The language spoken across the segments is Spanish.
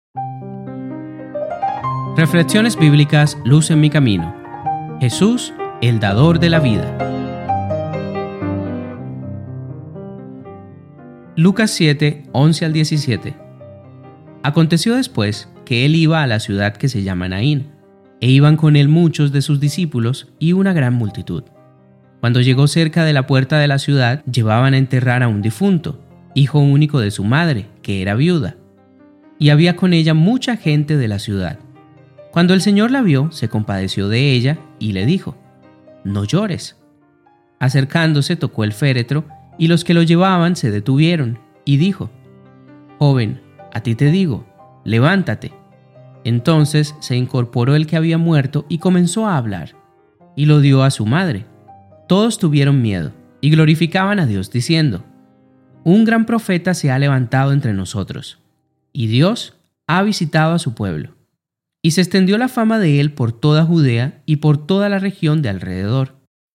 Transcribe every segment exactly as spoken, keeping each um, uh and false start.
Reflexiones bíblicas Luz en mi camino. Jesús, el dador de la vida. Lucas siete, once al diecisiete. Aconteció después que él iba a la ciudad que se llama Naín, e iban con él muchos de sus discípulos y una gran multitud. Cuando llegó cerca de la puerta de la ciudad, llevaban a enterrar a un difunto, hijo único de su madre, que era viuda, y había con ella mucha gente de la ciudad. Cuando el Señor la vio, se compadeció de ella y le dijo: «No llores». Acercándose, tocó el féretro, y los que lo llevaban se detuvieron, y dijo: «Joven, a ti te digo, levántate». Entonces se incorporó el que había muerto y comenzó a hablar, y lo dio a su madre. Todos tuvieron miedo, y glorificaban a Dios diciendo: «Un gran profeta se ha levantado entre nosotros, y Dios ha visitado a su pueblo». Y se extendió la fama de él por toda Judea y por toda la región de alrededor.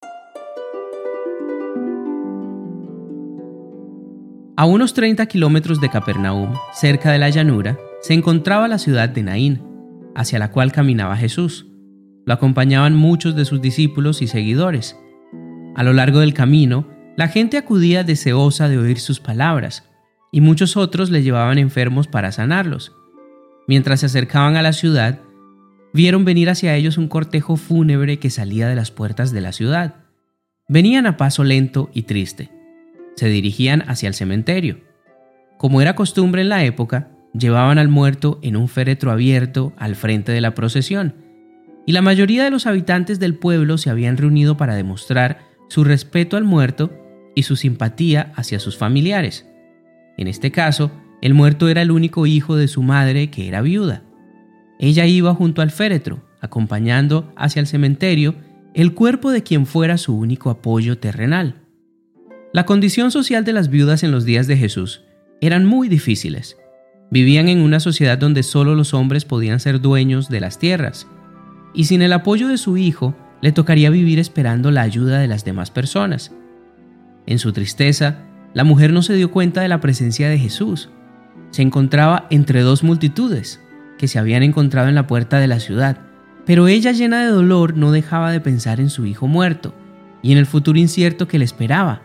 A unos treinta kilómetros de Capernaum, cerca de la llanura, se encontraba la ciudad de Naín, hacia la cual caminaba Jesús. Lo acompañaban muchos de sus discípulos y seguidores. A lo largo del camino, la gente acudía deseosa de oír sus palabras, y muchos otros le llevaban enfermos para sanarlos. Mientras se acercaban a la ciudad, vieron venir hacia ellos un cortejo fúnebre que salía de las puertas de la ciudad. Venían a paso lento y triste. Se dirigían hacia el cementerio. Como era costumbre en la época, llevaban al muerto en un féretro abierto al frente de la procesión, y la mayoría de los habitantes del pueblo se habían reunido para demostrar su respeto al muerto y su simpatía hacia sus familiares. En este caso, el muerto era el único hijo de su madre, que era viuda. Ella iba junto al féretro, acompañando hacia el cementerio el cuerpo de quien fuera su único apoyo terrenal. La condición social de las viudas en los días de Jesús eran muy difíciles. Vivían en una sociedad donde solo los hombres podían ser dueños de las tierras, y sin el apoyo de su hijo, le tocaría vivir esperando la ayuda de las demás personas. En su tristeza, la mujer no se dio cuenta de la presencia de Jesús. Se encontraba entre dos multitudes que se habían encontrado en la puerta de la ciudad, pero ella, llena de dolor, no dejaba de pensar en su hijo muerto y en el futuro incierto que le esperaba.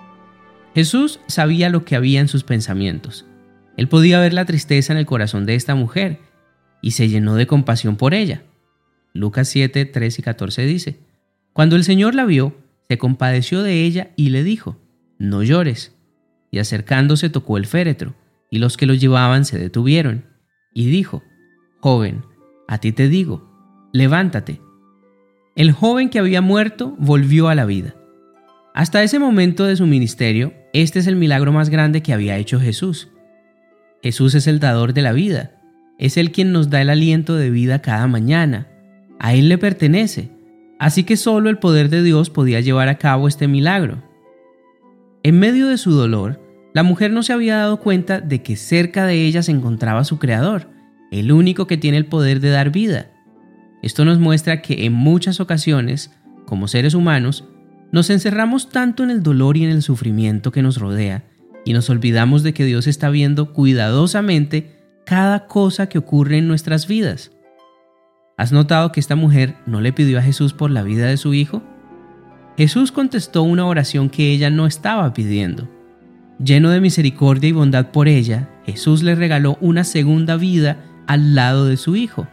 Jesús sabía lo que había en sus pensamientos. Él podía ver la tristeza en el corazón de esta mujer y se llenó de compasión por ella. Lucas siete, tres y catorce dice: «Cuando el Señor la vio, se compadeció de ella y le dijo: «No llores». Y acercándose tocó el féretro, y los que lo llevaban se detuvieron, y dijo: «Joven, a ti te digo, levántate». El joven que había muerto volvió a la vida. Hasta ese momento de su ministerio, este es el milagro más grande que había hecho Jesús. Jesús es el dador de la vida, es el quien nos da el aliento de vida cada mañana. A Él le pertenece, así que solo el poder de Dios podía llevar a cabo este milagro. En medio de su dolor, la mujer no se había dado cuenta de que cerca de ella se encontraba su Creador, el único que tiene el poder de dar vida. Esto nos muestra que en muchas ocasiones, como seres humanos, nos encerramos tanto en el dolor y en el sufrimiento que nos rodea, y nos olvidamos de que Dios está viendo cuidadosamente cada cosa que ocurre en nuestras vidas. ¿Has notado que esta mujer no le pidió a Jesús por la vida de su hijo? Jesús contestó una oración que ella no estaba pidiendo. Lleno de misericordia y bondad por ella, Jesús le regaló una segunda vida al lado de su hijo.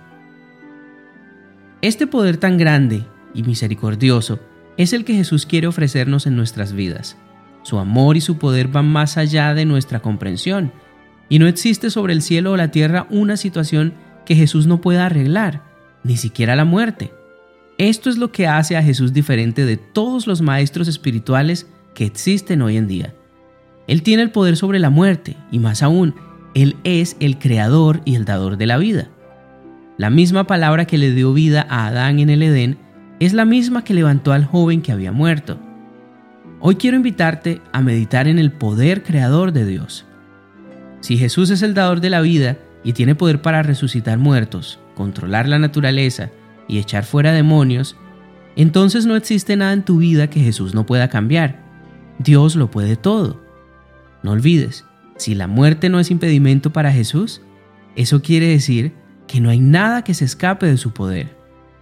Este poder tan grande y misericordioso es el que Jesús quiere ofrecernos en nuestras vidas. Su amor y su poder van más allá de nuestra comprensión, y no existe sobre el cielo o la tierra una situación que Jesús no pueda arreglar, ni siquiera la muerte. Esto es lo que hace a Jesús diferente de todos los maestros espirituales que existen hoy en día. Él tiene el poder sobre la muerte, y más aún, Él es el creador y el dador de la vida. La misma palabra que le dio vida a Adán en el Edén es la misma que levantó al joven que había muerto. Hoy quiero invitarte a meditar en el poder creador de Dios. Si Jesús es el dador de la vida y tiene poder para resucitar muertos, controlar la naturaleza y echar fuera demonios, entonces no existe nada en tu vida que Jesús no pueda cambiar. Dios lo puede todo. No olvides, si la muerte no es impedimento para Jesús, Eso quiere decir que no hay nada que se escape de su poder.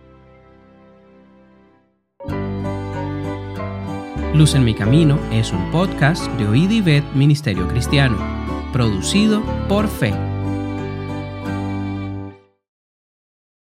Luz en mi camino es un podcast de Oíd y Ved Ministerio Cristiano, producido por Fe.